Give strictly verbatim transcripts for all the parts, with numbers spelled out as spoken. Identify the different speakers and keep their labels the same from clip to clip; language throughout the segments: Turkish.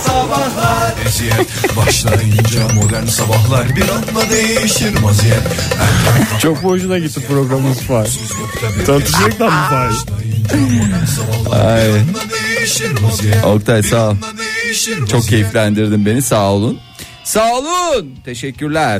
Speaker 1: Sabahlar eziyet başlayınca modern sabahlar bir anda değişir vaziyet.
Speaker 2: Çok hoşuna gitti programımız Fahir. Tanıtacaklar mı Fahir?
Speaker 3: Ay. Oktay sağ ol. Çok keyiflendirdin beni, sağ olun. Sağ olun. Teşekkürler.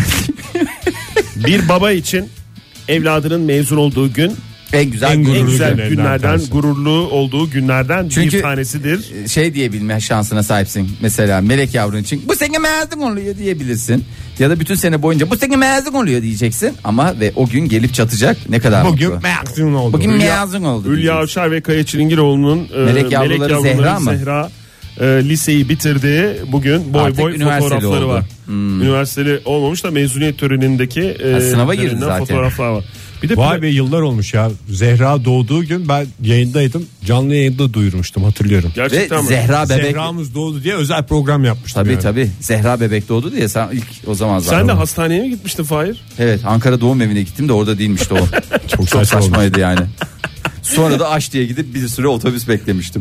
Speaker 2: Bir baba için evladının mezun olduğu gün
Speaker 3: En güzel,
Speaker 2: en, en güzel
Speaker 4: günlerden
Speaker 2: günlerden,
Speaker 4: tanesi.
Speaker 2: gururlu olduğu günlerden
Speaker 3: Çünkü
Speaker 2: bir tanesidir.
Speaker 3: şey diyebilme şansına sahipsin. Mesela melek yavrun için bu sene mezun oluyor diyebilirsin. Ya da bütün sene boyunca bu sene mezun oluyor diyeceksin. Ama ve o gün gelip çatacak, ne kadar
Speaker 4: Bugün
Speaker 3: mutlu.
Speaker 4: mezun oldu.
Speaker 3: Bugün
Speaker 2: Hülya-
Speaker 3: mezun oldu.
Speaker 2: Hülya
Speaker 3: diyeceksin.
Speaker 2: Avşar ve Kaya Çilingiroğlu'nun e,
Speaker 3: Melek yavruları Zehra mı?
Speaker 2: Zehra e, liseyi bitirdi. Bugün boy
Speaker 3: Artık
Speaker 2: boy
Speaker 3: üniversiteli
Speaker 2: fotoğrafları
Speaker 3: oldu.
Speaker 2: var.
Speaker 3: Hmm.
Speaker 2: Üniversiteli olmamış da mezuniyet törenindeki e,
Speaker 3: Ha, sınava girdi
Speaker 2: töreninden
Speaker 3: zaten.
Speaker 2: fotoğraflar var. Bir de
Speaker 4: Vay
Speaker 2: pla-
Speaker 4: be, yıllar olmuş ya. Zehra doğduğu gün ben yayındaydım. Canlı yayında duyurmuştum, hatırlıyorum.
Speaker 3: Ve
Speaker 2: gerçekten mi?
Speaker 3: Zehra bebek.
Speaker 4: Zehramız doğdu diye özel program yapmıştım.
Speaker 3: Tabii
Speaker 4: yani.
Speaker 3: tabii. Zehra bebek doğdu diye sen ilk o zaman zaten.
Speaker 2: Sen de hastaneye mi gitmiştin Fahir?
Speaker 3: Evet, Ankara doğum evine gittim de orada değilmişti o.
Speaker 4: Çok,
Speaker 3: Çok
Speaker 4: saçma olmuş.
Speaker 3: saçmaydı yani. Sonra da Aş diye gidip bir süre otobüs beklemiştim.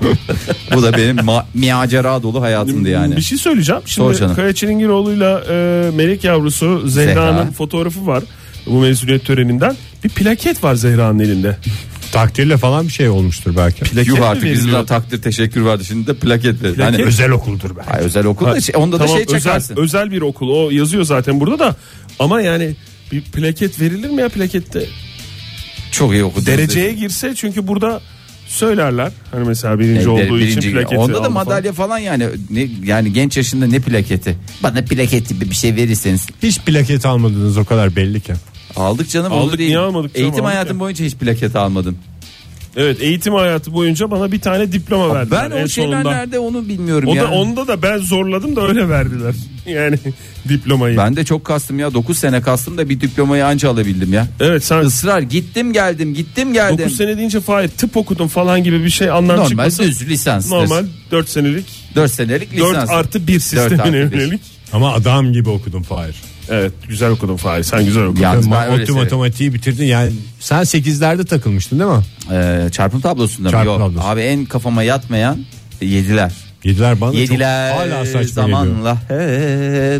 Speaker 3: Bu da benim ma- macera dolu hayatımdı yani.
Speaker 2: Bir şey söyleyeceğim.
Speaker 3: Sor
Speaker 2: Şimdi
Speaker 3: canım.
Speaker 2: Kaya Çilingiroğlu'yla e, melek yavrusu Zehra'nın
Speaker 3: Zehra.
Speaker 2: fotoğrafı var. Bu mezuniyet töreninden. Bir plaket var Zehra'nın elinde.
Speaker 4: Takdirle falan bir şey olmuştur belki.
Speaker 2: Plaket
Speaker 3: Yuh
Speaker 2: mi
Speaker 3: artık bizim
Speaker 2: veriliyor?
Speaker 3: de takdir teşekkür vardı, şimdi de plaket verir.
Speaker 2: Plaket.
Speaker 3: Hani
Speaker 4: Özel okuldur belki.
Speaker 3: Ay, özel okul da şey, onda
Speaker 2: Tamam,
Speaker 3: da şey
Speaker 2: özel,
Speaker 3: çakarsın.
Speaker 2: özel bir okul, o yazıyor zaten burada da, ama yani bir plaket verilir mi ya plakette?
Speaker 3: Çok iyi okul.
Speaker 2: Dereceye girse, çünkü burada söylerler hani mesela birinci
Speaker 3: Evet,
Speaker 2: olduğu
Speaker 3: birinci-
Speaker 2: için plaketi
Speaker 3: onda da
Speaker 2: aldı
Speaker 3: madalya falan, yani ne, yani genç yaşında ne plaketi? Bana plaket gibi bir şey verirseniz.
Speaker 4: Hiç plaket almadınız, o kadar belli ki.
Speaker 3: Aldık canım,
Speaker 2: Aldık,
Speaker 3: oldu değil.
Speaker 2: niye almadık canım,
Speaker 3: Eğitim
Speaker 2: aldık
Speaker 3: hayatım
Speaker 2: ya.
Speaker 3: boyunca hiç plaket almadım.
Speaker 2: falan. Evet, eğitim hayatı boyunca bana bir tane diploma verdiler
Speaker 3: Ben
Speaker 2: en
Speaker 3: o şeyler
Speaker 2: sonunda.
Speaker 3: nerede onu bilmiyorum
Speaker 2: O
Speaker 3: ya.
Speaker 2: da, onda da ben zorladım da öyle verdiler. Yani diplomayı.
Speaker 3: Ben de çok kastım ya, dokuz sene kastım da bir diplomayı anca alabildim ya.
Speaker 2: Evet, sen
Speaker 3: Israr, gittim geldim gittim geldim.
Speaker 2: dokuz sene deyince Fahir tıp okudun falan gibi bir şey anlam
Speaker 3: Normal
Speaker 2: çıkmasın.
Speaker 3: düz lisans.
Speaker 2: Normal dört senelik
Speaker 3: dört senelik
Speaker 2: dört
Speaker 3: lisans.
Speaker 2: artı bir sistemine
Speaker 3: artı bir.
Speaker 2: yönelik.
Speaker 4: Ama adam gibi okudum Fahir.
Speaker 2: Evet, güzel okudun Fahir, sen güzel okudun.
Speaker 3: Yalnız ben öyle
Speaker 4: Otlu matematiği bitirdin yani. Sen sekizlerde takılmıştın değil mi?
Speaker 3: Ee, çarpım tablosunda
Speaker 4: Çarpım
Speaker 3: mı? Yok.
Speaker 4: tablosu.
Speaker 3: Abi en kafama yatmayan yediler.
Speaker 4: Yediler bana
Speaker 3: Yediler
Speaker 4: çok hala saçma geliyor.
Speaker 3: zamanla hep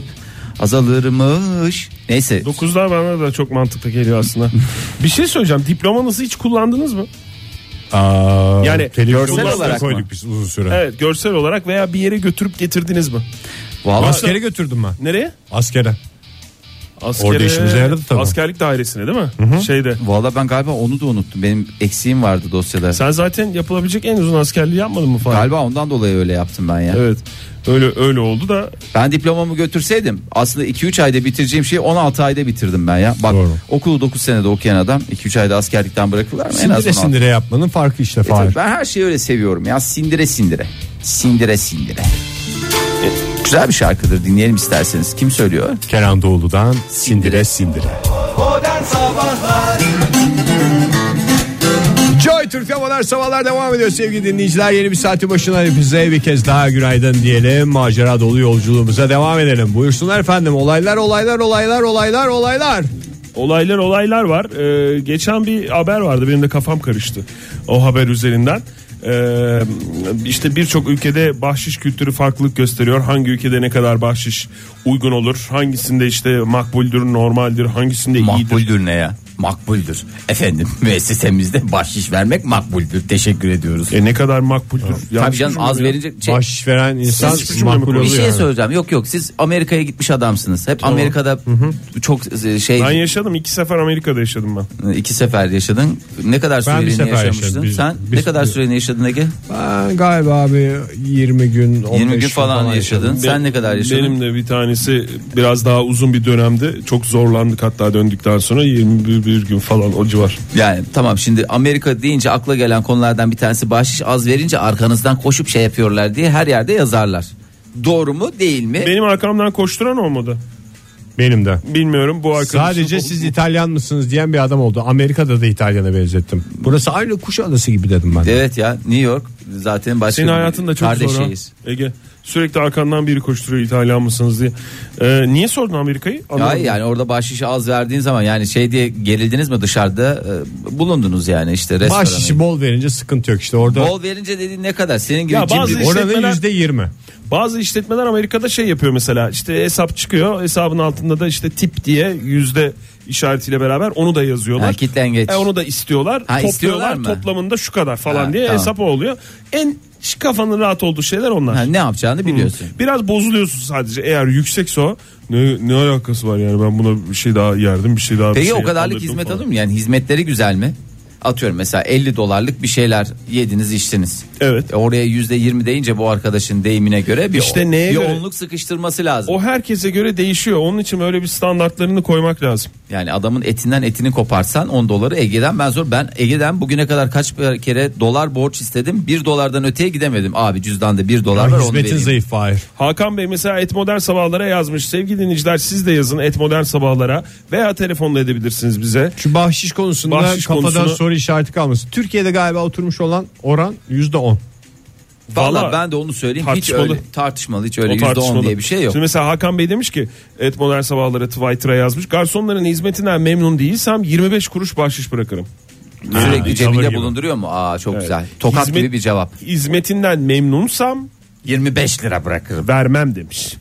Speaker 3: azalırmış. Neyse.
Speaker 2: dokuzlar bana da çok mantıklı geliyor aslında. Bir şey söyleyeceğim, diplomanızı hiç kullandınız mı?
Speaker 4: Aa,
Speaker 2: Yani
Speaker 4: televizyonda
Speaker 3: görsel olarak
Speaker 4: koyduk
Speaker 3: mı?
Speaker 4: biz uzun süre.
Speaker 2: Evet, görsel olarak veya bir yere götürüp getirdiniz mi?
Speaker 3: Vallahi
Speaker 4: Askere götürdüm ben.
Speaker 2: Nereye?
Speaker 4: Askere.
Speaker 2: Askere,
Speaker 4: Orada işimize yaradı tabii.
Speaker 2: Askerlik dairesine değil mi? Şeyde.
Speaker 3: Vallahi ben galiba onu da unuttum. Benim eksiğim vardı dosyada.
Speaker 2: Sen zaten yapılabilecek en uzun askerliği yapmadın mı Fahir?
Speaker 3: Galiba ondan dolayı öyle yaptım ben ya.
Speaker 2: Evet. Öyle öyle oldu da.
Speaker 3: Ben diplomamı götürseydim aslında iki üç ayda bitireceğim şeyi on altı ayda bitirdim ben ya. Bak,
Speaker 4: Doğru.
Speaker 3: okulu dokuz senede okuyan adam iki üç ayda askerlikten bırakırlar mı? En az
Speaker 4: Sindire
Speaker 3: on altı.
Speaker 4: sindire yapmanın farkı işte
Speaker 3: E
Speaker 4: Fahir.
Speaker 3: tabii, ben her şeyi öyle seviyorum ya, sindire sindire. Sindire sindire. E, güzel bir şarkıdır, dinleyelim isterseniz. Kim söylüyor?
Speaker 4: Kenan Doğulu'dan Sindire Sindire.
Speaker 1: Modern Sabahlar
Speaker 4: Joy Türk'te modern sabahlar devam ediyor sevgili dinleyiciler. Yeni bir saati başına hepinize bir kez daha günaydın diyelim. Macera dolu yolculuğumuza devam edelim. Buyursunlar efendim. Olaylar olaylar olaylar olaylar olaylar.
Speaker 2: Olaylar olaylar var. Ee, geçen bir haber vardı, benim de kafam karıştı o haber üzerinden. Ee, işte birçok ülkede bahşiş kültürü farklılık gösteriyor. Hangi ülkede ne kadar bahşiş uygun olur, hangisinde işte makbuldür, normaldir, hangisinde iyidir.
Speaker 3: Makbuldür ne ya? Makbuldür. Efendim, müessesemizde bahşiş vermek makbuldür. Teşekkür ediyoruz.
Speaker 2: E ne kadar makbuldür.
Speaker 3: Tabii
Speaker 2: Yanlış
Speaker 3: canım,
Speaker 2: mı
Speaker 3: az
Speaker 2: ya?
Speaker 3: verince şey,
Speaker 4: Bahşiş veren insan
Speaker 2: Siz hiçbir cümle mi
Speaker 4: makbul
Speaker 2: kurun?
Speaker 3: bir
Speaker 4: oluyor.
Speaker 3: şey
Speaker 4: yani.
Speaker 3: söyleyeceğim. Yok yok, siz Amerika'ya gitmiş adamsınız. Hep Amerika'da çok şey,
Speaker 2: Ben yaşadım, iki sefer Amerika'da yaşadım ben.
Speaker 3: iki sefer yaşadın. Ne kadar
Speaker 4: Ben bir
Speaker 3: süreliğine
Speaker 4: sefer
Speaker 3: yaşamıştın?
Speaker 4: yaşadım. Biz-
Speaker 3: Sen
Speaker 4: biz-
Speaker 3: ne kadar süreliğine yaşadın Ege?
Speaker 4: Ben galiba abi yirmi gün on beş
Speaker 3: yirmi gün falan yaşadın. Sen
Speaker 2: Be-
Speaker 3: ne kadar yaşadın?
Speaker 2: Benim de bir tanesi biraz daha uzun bir dönemdi. Çok zorlandık hatta döndükten sonra, yirmi bir gün falan o civar.
Speaker 3: Yani tamam, şimdi Amerika deyince akla gelen konulardan bir tanesi bahşiş az verince arkanızdan koşup şey yapıyorlar diye her yerde yazarlar. Doğru mu değil mi?
Speaker 2: Benim arkamdan koşturan olmadı.
Speaker 4: Benim de.
Speaker 2: Bilmiyorum bu arkadaşım.
Speaker 4: Sadece siz İtalyan mısınız diyen bir adam oldu. Amerika'da da İtalyan'a benzettim. Burası aynı Kuşadası gibi dedim ben.
Speaker 3: Evet ya, New York zaten başka
Speaker 2: Senin hayatın da çok
Speaker 3: kardeş
Speaker 2: zor ha,
Speaker 3: şehir.
Speaker 2: Ege. Sürekli arkandan biri koşturuyor İtalyan mısınız diye. Ee, niye sordun Amerika'yı?
Speaker 3: Ya yani orada bahşişi az verdiğin zaman yani şey diye gerildiniz mi dışarıda e, bulundunuz yani işte restorana.
Speaker 4: Bahşişi bol verince sıkıntı yok işte orada.
Speaker 3: Bol verince dediğin ne kadar? Senin gibi
Speaker 2: Ya bazı
Speaker 3: cimri.
Speaker 2: işletmeler-
Speaker 4: Oranın yüzde yirmi.
Speaker 2: Bazı işletmeler Amerika'da şey yapıyor mesela, işte hesap çıkıyor, hesabın altında da işte tip diye yüzde işaretiyle beraber onu da yazıyorlar.
Speaker 3: Ha, kitlengeç.
Speaker 2: E, onu da istiyorlar.
Speaker 3: Ha, istiyorlar
Speaker 2: topluyorlar,
Speaker 3: mı?
Speaker 2: toplamında şu kadar falan
Speaker 3: Ha,
Speaker 2: diye
Speaker 3: tamam.
Speaker 2: hesap o oluyor. En kafanın rahat olduğu şeyler onlar.
Speaker 3: Ha, ne yapacağını biliyorsun.
Speaker 2: Biraz bozuluyorsun sadece eğer yüksekse o. Ne, ne alakası var yani, ben buna bir şey daha yerdim, bir şey daha.
Speaker 3: Peki
Speaker 2: bir şey
Speaker 3: o kadarlık
Speaker 2: alırdım
Speaker 3: hizmet
Speaker 2: falan.
Speaker 3: alır mı? Yani hizmetleri güzel mi? Atıyorum mesela elli dolarlık bir şeyler yediniz içtiniz.
Speaker 2: Evet.
Speaker 3: E oraya yüzde yirmi deyince bu arkadaşın deyimine göre bir,
Speaker 2: İşte neye
Speaker 3: bir
Speaker 2: göre?
Speaker 3: onluk sıkıştırması lazım.
Speaker 2: O herkese göre değişiyor. Onun için öyle bir standartlarını koymak lazım.
Speaker 3: Yani adamın etinden etini koparsan on doları Ege'den ben zor. Ben Ege'den bugüne kadar kaç bir kere dolar borç istedim. bir dolardan öteye gidemedim. Abi cüzdanda bir dolar var onu
Speaker 4: Hizmetin
Speaker 3: vereyim.
Speaker 4: zayıf Fahir.
Speaker 2: Hakan Bey mesela Et Modern Sabahlara yazmış. Sevgili dinleyiciler, siz de yazın Et Modern Sabahlara veya telefonla edebilirsiniz bize.
Speaker 4: Şu bahşiş konusunda
Speaker 2: Bahşiş
Speaker 4: kafadan
Speaker 2: konusunu-
Speaker 4: soru işareti kalmasın. Türkiye'de galiba oturmuş olan oran yüzde on.
Speaker 3: Valla
Speaker 2: Vallahi
Speaker 3: ben de onu söyleyeyim. Hiç
Speaker 2: tartışmalı.
Speaker 3: öyle tartışmalı hiç öyle
Speaker 2: O
Speaker 3: yüzde on
Speaker 2: tartışmalı.
Speaker 3: diye bir şey yok.
Speaker 2: Şimdi mesela Hakan Bey demiş ki Et Modern Sabahlara Twitter'a yazmış. Garsonların hizmetinden memnun değilsem yirmi beş kuruş bahşiş bırakırım.
Speaker 3: Sürekli
Speaker 4: tavır
Speaker 3: cebinde
Speaker 4: gibi.
Speaker 3: bulunduruyor mu? Aa çok
Speaker 2: Evet.
Speaker 3: güzel. Tokat
Speaker 2: Hizmet-
Speaker 3: gibi bir cevap.
Speaker 2: Hizmetinden memnunsam
Speaker 3: yirmi beş lira bırakırım.
Speaker 2: vermem demiş.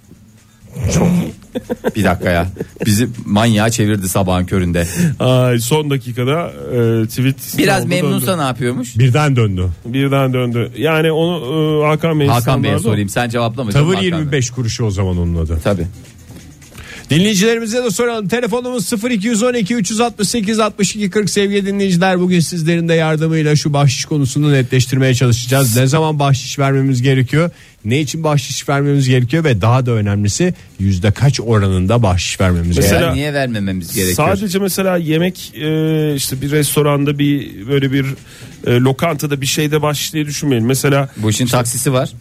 Speaker 3: Çok iyi. Bir dakika ya. Bizi manyağa çevirdi sabahın köründe.
Speaker 2: Ay, son dakikada e, tweet
Speaker 3: Biraz
Speaker 2: oldu,
Speaker 3: memnunsa
Speaker 2: döndü.
Speaker 3: ne yapıyormuş?
Speaker 4: Birden döndü.
Speaker 2: Birden döndü. Yani onu e, Hakan Bey
Speaker 3: Hakan Bey'e
Speaker 2: standardı o.
Speaker 3: sorayım. Sen cevaplama. canım
Speaker 4: Tavır
Speaker 3: Hakan Bey.
Speaker 4: yirmi beş kuruşu o zaman onun adı.
Speaker 3: Tabii.
Speaker 4: Dinleyicilerimize de soralım. Telefonumuz sıfır iki on iki üç altı sekiz altmış iki kırk sevgili dinleyiciler. Bugün sizlerin de yardımıyla şu bahşiş konusunu netleştirmeye çalışacağız. Ne zaman bahşiş vermemiz gerekiyor? Ne için bahşiş vermemiz gerekiyor? Ve daha da önemlisi yüzde kaç oranında bahşiş vermemiz
Speaker 2: Mesela-
Speaker 4: gerekiyor?
Speaker 3: Mesela, niye vermememiz gerekiyor?
Speaker 2: Sadece mesela yemek e, işte bir restoranda bir böyle bir e, lokantada bir şeyde bahşiş diye düşünmeyin. Mesela
Speaker 3: Bu işin taksisi var.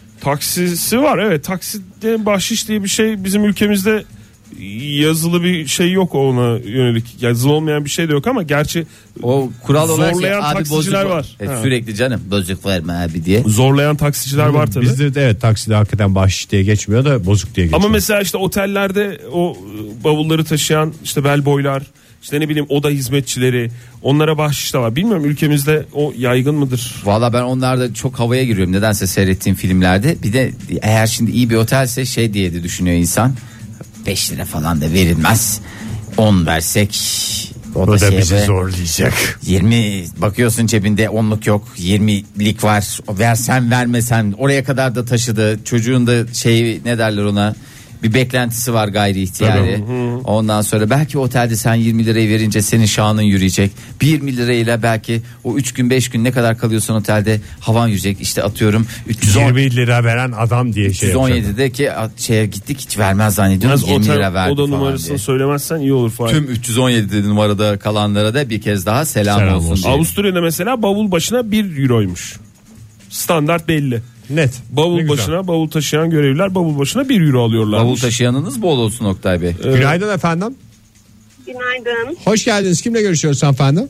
Speaker 2: taksisi var, evet, takside bahşiş diye bir şey bizim ülkemizde yazılı bir şey yok ona yönelik. Yazılı olmayan bir şey de yok ama gerçi
Speaker 3: O kural olarak şey,
Speaker 2: zorlayan
Speaker 3: abi
Speaker 2: taksiciler
Speaker 3: bozuk
Speaker 2: var.
Speaker 3: E,
Speaker 2: Ha.
Speaker 3: sürekli canım bozuk verme abi diye.
Speaker 2: zorlayan taksiciler var tabii.
Speaker 4: Bizde de evet takside hakikaten bahşiş diye geçmiyor da bozuk diye geçiyor.
Speaker 2: Ama mesela işte otellerde o bavulları taşıyan işte bellboylar, işte ne bileyim oda hizmetçileri, onlara bahşiş de var. Bilmiyorum ülkemizde o yaygın mıdır?
Speaker 3: Valla ben onlarda çok havaya giriyorum nedense seyrettiğim filmlerde. Bir de eğer şimdi iyi bir otelse şey diye de düşünüyor insan. beş lira falan da verilmez. on versek o da,
Speaker 4: O da
Speaker 3: şeye
Speaker 4: bizi
Speaker 3: be-
Speaker 4: zorlayacak.
Speaker 3: yirmi bakıyorsun cebinde onluk yok, yirmilik var. Versen vermesen oraya kadar da taşıdı. Çocuğun da şey ne derler ona, bir beklentisi var gayri ihtiyari. Ondan sonra belki otelde sen yirmi lirayı verince senin şanın yürüyecek. Bir yirmi lirayla belki o üç gün beş gün ne kadar kalıyorsan otelde havan yürüyecek. İşte atıyorum üç yüz on,
Speaker 4: yirmi lira veren adam diye şey yapacak.
Speaker 3: üç yüz on yedideki şeye gittik hiç vermez zannediyorum.
Speaker 2: Biraz
Speaker 3: yirmi lira
Speaker 2: otel
Speaker 3: verdi
Speaker 2: oda
Speaker 3: falan
Speaker 2: numarasını
Speaker 3: diye.
Speaker 2: söylemezsen iyi olur falan.
Speaker 3: Tüm üç yüz on yedi numarada kalanlara da bir kez daha selam,
Speaker 4: Selam
Speaker 3: olsun.
Speaker 4: olsun.
Speaker 3: diye.
Speaker 2: Avusturya'da mesela bavul başına bir euroymuş. Standart belli.
Speaker 4: Net.
Speaker 2: Bavul
Speaker 4: Ne güzel.
Speaker 2: başına bavul taşıyan görevliler bavul başına bir euro alıyorlar.
Speaker 3: Bavul taşıyanınız bol olsun Oktay Bey.
Speaker 4: Günaydın efendim.
Speaker 5: Günaydın.
Speaker 4: Hoş geldiniz. Kimle görüşüyoruz efendim?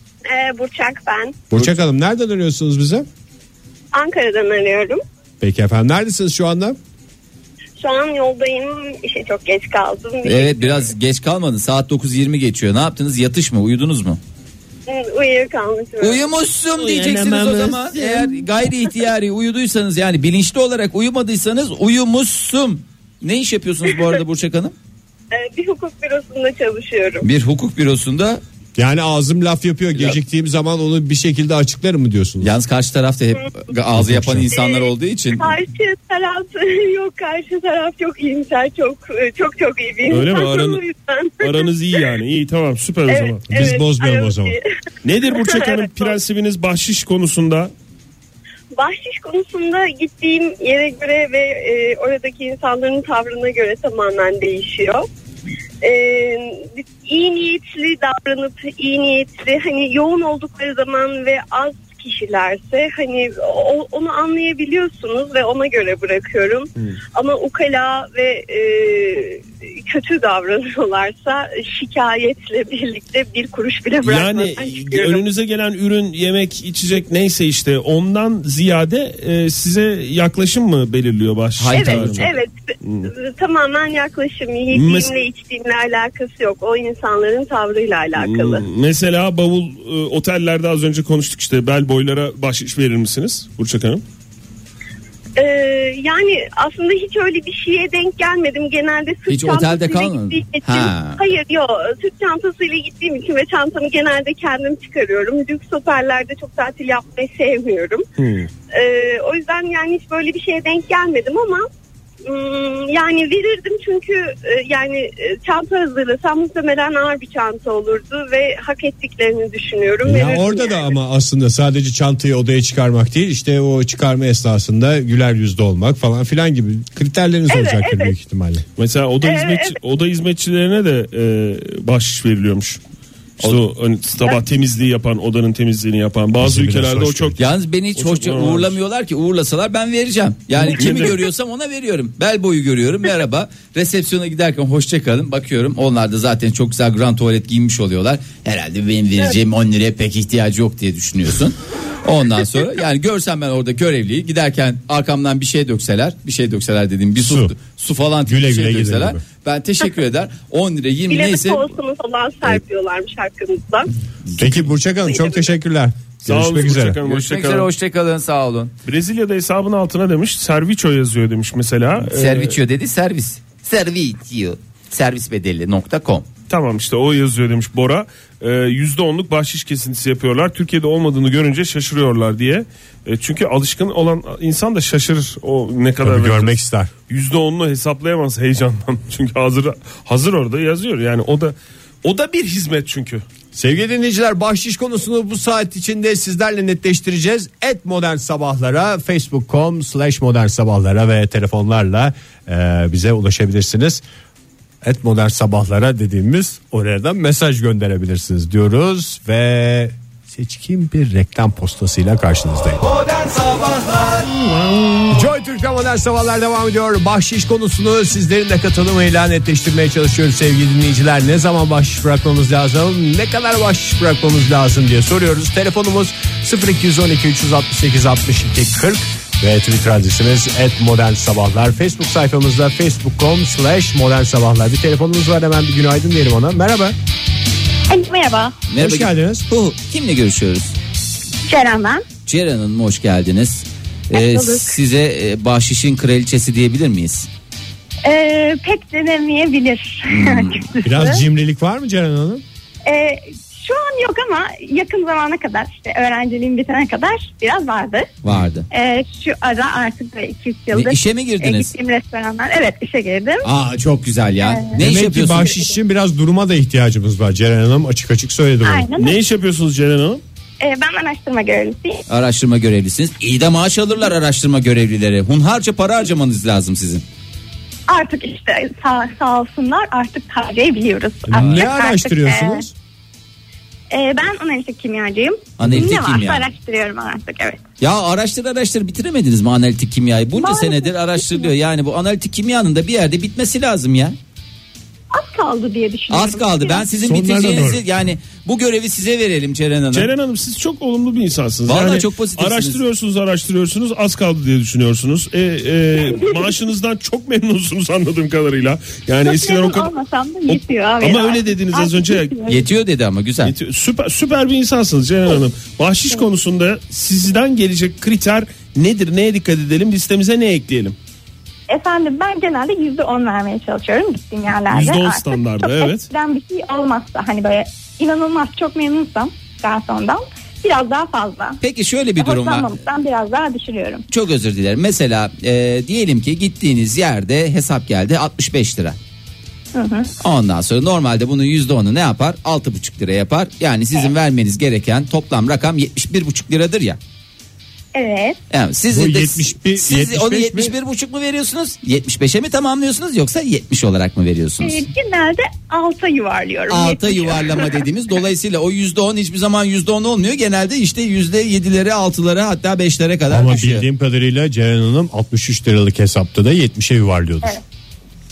Speaker 5: Ee, Burçak ben.
Speaker 4: Burçak Hanım nereden arıyorsunuz bize?
Speaker 5: Ankara'dan arıyorum.
Speaker 4: Peki efendim neredesiniz şu anda?
Speaker 5: Şu an yoldayım. İşe çok geç kaldım. Bir
Speaker 3: Evet biraz geç kalmadın. Saat dokuz yirmi geçiyor. Ne yaptınız? Yatış mı? Uyudunuz mu?
Speaker 5: uyuyakalmışım.
Speaker 3: Uyumuşsun diyeceksiniz o zaman. Eğer gayri ihtiyari uyuduysanız yani bilinçli olarak uyumadıysanız uyumuşsun. Ne iş yapıyorsunuz bu arada Burçak Hanım?
Speaker 5: Ee, bir hukuk bürosunda çalışıyorum.
Speaker 3: Bir hukuk bürosunda.
Speaker 4: Yani ağzım laf yapıyor. Geciktiğim zaman onu bir şekilde açıklarım mı diyorsunuz?
Speaker 3: Yalnız karşı tarafta hep ağzı yapan insanlar olduğu için.
Speaker 5: Karşı taraf yok, karşı taraf çok iyimser, çok çok çok iyi bir insan.
Speaker 2: Öyle mi? Aran-
Speaker 5: O yüzden.
Speaker 2: Aranız iyi yani. İyi, tamam, süper o
Speaker 5: Evet,
Speaker 2: zaman.
Speaker 4: Biz
Speaker 5: evet,
Speaker 4: bozmayalım o
Speaker 5: aramız
Speaker 4: zaman.
Speaker 5: iyi.
Speaker 2: Nedir Burçak Hanım
Speaker 5: Evet,
Speaker 2: prensibiniz bahşiş konusunda?
Speaker 5: Bahşiş konusunda gittiğim yere göre ve e, oradaki insanların tavrına göre tamamen değişiyor. E, iyi niyetli davranıp iyi niyetli hani yoğun oldukları zaman ve az kişilerse hani o, onu anlayabiliyorsunuz ve ona göre bırakıyorum. Hmm. Ama ukala ve e, kötü davranıyorlarsa şikayetle birlikte bir kuruş bile bırakmadan
Speaker 2: Yani
Speaker 5: çıkıyorum.
Speaker 2: önünüze gelen ürün, yemek, içecek neyse işte ondan ziyade e, size yaklaşım mı belirliyor baş?
Speaker 3: Hayır,
Speaker 5: Evet,
Speaker 3: hocam.
Speaker 5: evet.
Speaker 2: Hmm.
Speaker 5: Tamamen yaklaşım. Yediğimle
Speaker 2: Mes-
Speaker 5: içtiğimle alakası yok. O insanların tavrıyla alakalı.
Speaker 2: Hmm, Mesela bavul e, otellerde az önce konuştuk işte bel boylara bahşiş verir misiniz Burçak Hanım?
Speaker 5: Ee, yani aslında hiç öyle bir şeye denk gelmedim. Genelde sırt
Speaker 3: Hiç otelde
Speaker 5: çantasıyla
Speaker 3: kalmadın?
Speaker 5: gittiğim için.
Speaker 3: Ha.
Speaker 5: Hayır yok. Sırt çantasıyla gittiğim için ve çantamı genelde kendim çıkarıyorum. Lüks otellerde çok tatil yapmayı sevmiyorum.
Speaker 2: Hmm.
Speaker 5: Ee, o yüzden yani hiç böyle bir şeye denk gelmedim ama ım, yani verirdim çünkü e, yani e, çanta hazırlasam muhtemelen ağır bir çanta olurdu ve hak ettiklerini düşünüyorum.
Speaker 4: Ya
Speaker 5: Verirdim
Speaker 4: orada da
Speaker 5: yani.
Speaker 4: ama aslında sadece çantayı odaya çıkarmak değil, işte o çıkarma esnasında güler yüzlü olmak falan filan gibi kriterleriniz
Speaker 5: Evet,
Speaker 4: olacaktır
Speaker 5: evet.
Speaker 4: büyük ihtimalle.
Speaker 2: Mesela oda
Speaker 5: Evet,
Speaker 2: hizmetçi,
Speaker 5: evet.
Speaker 2: oda hizmetçilerine de e, bahşiş veriliyormuş. İşte o hani sabah temizliği yapan, odanın temizliğini yapan bazı
Speaker 4: Bizi biraz
Speaker 2: ülkelerde o
Speaker 4: hoş
Speaker 2: çok
Speaker 3: Yalnız beni hiç
Speaker 2: O çok
Speaker 3: hoşça
Speaker 2: normal.
Speaker 3: uğurlamıyorlar ki. Uğurlasalar ben vereceğim. Yani kimi görüyorsam ona veriyorum. Bel boyu görüyorum, merhaba. Resepsiyona giderken hoşça kalın. Bakıyorum onlar da zaten çok güzel grand tuvalet giymiş oluyorlar. Herhalde benim vereceğim on liraya pek ihtiyacı yok diye düşünüyorsun. Ondan sonra yani görsem ben orada görevliyi giderken arkamdan bir şey dökseler, bir şey dökseler dediğim bir su
Speaker 4: Su.
Speaker 3: su falan
Speaker 4: Güle
Speaker 3: bir
Speaker 4: güle
Speaker 3: şey
Speaker 4: gidin
Speaker 3: dökseler
Speaker 4: gibi.
Speaker 3: ben teşekkür eder. on lira yirmi
Speaker 5: Bilezik
Speaker 3: neyse.
Speaker 5: olsunu falan serpiyorlarmış hakkımızdan.
Speaker 4: Peki Burçak Hanım çok teşekkürler.
Speaker 2: Sağ olun
Speaker 4: Görüşmek üzere.
Speaker 2: Burçak Hanım,
Speaker 3: Görüşmek
Speaker 2: hoşça
Speaker 3: üzere,
Speaker 2: kalın.
Speaker 3: hoşçakalın, sağ olun.
Speaker 2: Brezilya'da hesabın altına demiş Serviço yazıyor demiş mesela. Ee,
Speaker 3: Serviçio dedi, servis. Serviçio. Servis bedeli nokta com.
Speaker 2: Tamam işte o yazıyor demiş Bora. Ee, yüzde onluk bahşiş kesintisi yapıyorlar. Türkiye'de olmadığını görünce şaşırıyorlar diye. E, çünkü alışkın olan insan da şaşırır. O ne kadar
Speaker 4: Tabii
Speaker 2: vereceğiz.
Speaker 4: görmek ister.
Speaker 2: yüzde onunu hesaplayamaz heyecandan. Çünkü hazır hazır orada yazıyor. Yani o da o da bir hizmet çünkü.
Speaker 4: Sevgili dinleyiciler, bahşiş konusunu bu saat içinde sizlerle netleştireceğiz. Et modern sabahlara, facebook nokta com slash modern sabahlara ve telefonlarla e, bize ulaşabilirsiniz. Et modern sabahlara dediğimiz oradan mesaj gönderebilirsiniz diyoruz ve seçkin bir reklam postasıyla karşınızdayım.
Speaker 1: Modern Sabahlar
Speaker 4: Joy Türk'te modern sabahlar devam ediyor. Bahşiş konusunu sizlerin de katılımıyla netleştirmeye çalışıyoruz sevgili dinleyiciler. Ne zaman bahşiş bırakmamız lazım, ne kadar bahşiş bırakmamız lazım diye soruyoruz. Telefonumuz sıfır iki on iki üç altı sekiz altmış iki kırk ve Twitter adresimiz et modern sabahlar. Facebook sayfamızda facebook nokta com slash modern sabahlar. Bir telefonumuz var, hemen bir günaydın diyelim ona. Merhaba.
Speaker 5: Merhaba.
Speaker 3: Merhaba.
Speaker 4: Hoş geldiniz.
Speaker 3: Hu, kimle görüşüyoruz?
Speaker 5: Ceren ben.
Speaker 3: Ceren Hanım, hoş geldiniz. Ee,
Speaker 5: Hoş bulduk.
Speaker 3: size e, bahşişin kraliçesi diyebilir miyiz?
Speaker 5: Ee, pek denemeyebilir. açıkçası.
Speaker 4: Biraz cimrilik var mı Ceren Hanım?
Speaker 5: Ee, şu an yok ama yakın zamana kadar işte öğrenciliğim bitene kadar biraz vardı.
Speaker 3: Vardı.
Speaker 5: Ee, şu ara artık iki üç yıldır.
Speaker 3: Ne, işe mi girdiniz?
Speaker 5: e, Gittiğim restoranlar. Evet, işe girdim.
Speaker 3: Aa, çok güzel ya. Ne iş
Speaker 4: Demek ki
Speaker 3: yapıyorsunuz?
Speaker 4: bahşiş için biraz duruma da ihtiyacımız var. Ceren Hanım açık açık söyledi bunu.
Speaker 5: Aynen.
Speaker 2: Ne iş yapıyorsunuz Ceren Hanım?
Speaker 5: Ee, ben araştırma görevlisiyim.
Speaker 3: Araştırma görevlisiniz. İyi de maaş alırlar araştırma görevlileri. Hunharca para harcamanız lazım sizin.
Speaker 5: Artık işte sağ, sağ olsunlar artık harcayabiliyoruz.
Speaker 4: Ne
Speaker 5: Artık-
Speaker 4: araştırıyorsunuz?
Speaker 5: Artık, e, e, ben analitik kimyacıyım.
Speaker 3: Analitik
Speaker 5: ne varsa
Speaker 3: kimya.
Speaker 5: araştırıyorum artık, evet.
Speaker 3: Ya araştır araştır bitiremediniz mi analitik kimyayı? Bunca
Speaker 5: Maalesef.
Speaker 3: senedir araştırılıyor. Yani bu analitik kimyanın da bir yerde bitmesi lazım ya.
Speaker 5: Az kaldı diye düşünüyorum.
Speaker 3: Az kaldı. Ben sizin
Speaker 4: Sonlarına
Speaker 3: bitireceğinizi
Speaker 4: doğru.
Speaker 3: yani bu görevi size verelim Ceren Hanım.
Speaker 2: Ceren Hanım siz çok olumlu bir insansınız.
Speaker 3: Vallahi
Speaker 2: yani
Speaker 3: çok pozitifsiniz.
Speaker 2: Araştırıyorsunuz araştırıyorsunuz az kaldı diye düşünüyorsunuz. E, e, maaşınızdan çok memnunsunuz anladığım kadarıyla. Yani
Speaker 5: Çok
Speaker 2: eskiden o
Speaker 5: memnun
Speaker 2: kadar...
Speaker 5: olmasam da
Speaker 2: O-
Speaker 5: yetiyor abi.
Speaker 2: ama
Speaker 5: ya.
Speaker 2: öyle dediniz az
Speaker 5: Artık
Speaker 2: önce ya.
Speaker 5: yetiyor.
Speaker 3: Yetiyor dedi ama güzel.
Speaker 2: Yetiyor. Süper, süper bir insansınız Ceren Hanım. Bahşiş konusunda sizden gelecek kriter nedir? Neye dikkat edelim? Listemize ne ekleyelim?
Speaker 5: Efendim ben genelde yüzde on vermeye çalışıyorum gittiğim yerlerde.
Speaker 2: yüzde on
Speaker 5: Artık
Speaker 2: standardı,
Speaker 5: çok
Speaker 2: evet.
Speaker 5: eskiden bir şey olmazsa hani böyle inanılmaz çok memnunsam garsondan biraz daha fazla.
Speaker 3: Peki şöyle bir durum var.
Speaker 5: Hoşlanmamıştan biraz daha düşürüyorum.
Speaker 3: Çok özür dilerim. Mesela e, diyelim ki gittiğiniz yerde hesap geldi altmış beş lira.
Speaker 5: Hı hı.
Speaker 3: Ondan sonra normalde bunun yüzde onu ne yapar? altı buçuk lira yapar. Yani sizin vermeniz gereken toplam rakam yetmiş bir buçuk liradır ya.
Speaker 5: Evet.
Speaker 3: Yani siz
Speaker 4: Bu
Speaker 3: de
Speaker 4: yetmiş bir-
Speaker 3: siz
Speaker 4: yetmiş
Speaker 3: onu
Speaker 4: beş mi?
Speaker 3: yetmiş bir buçuk mu veriyorsunuz? yetmiş beşe mi tamamlıyorsunuz yoksa yetmiş olarak mı veriyorsunuz?
Speaker 5: Ee, genelde alta yuvarlıyorum.
Speaker 3: Alta
Speaker 5: yetmiş
Speaker 3: yuvarlama dediğimiz, dolayısıyla o yüzde on hiçbir zaman yüzde on olmuyor. Genelde işte yüzde yedilere, altılara, hatta beşlere kadar
Speaker 4: Ama
Speaker 3: düşüyor.
Speaker 4: bildiğim kadarıyla Ceren Hanım altmış üç liralık hesapta da yetmişe yuvarlıyordur.
Speaker 5: Evet.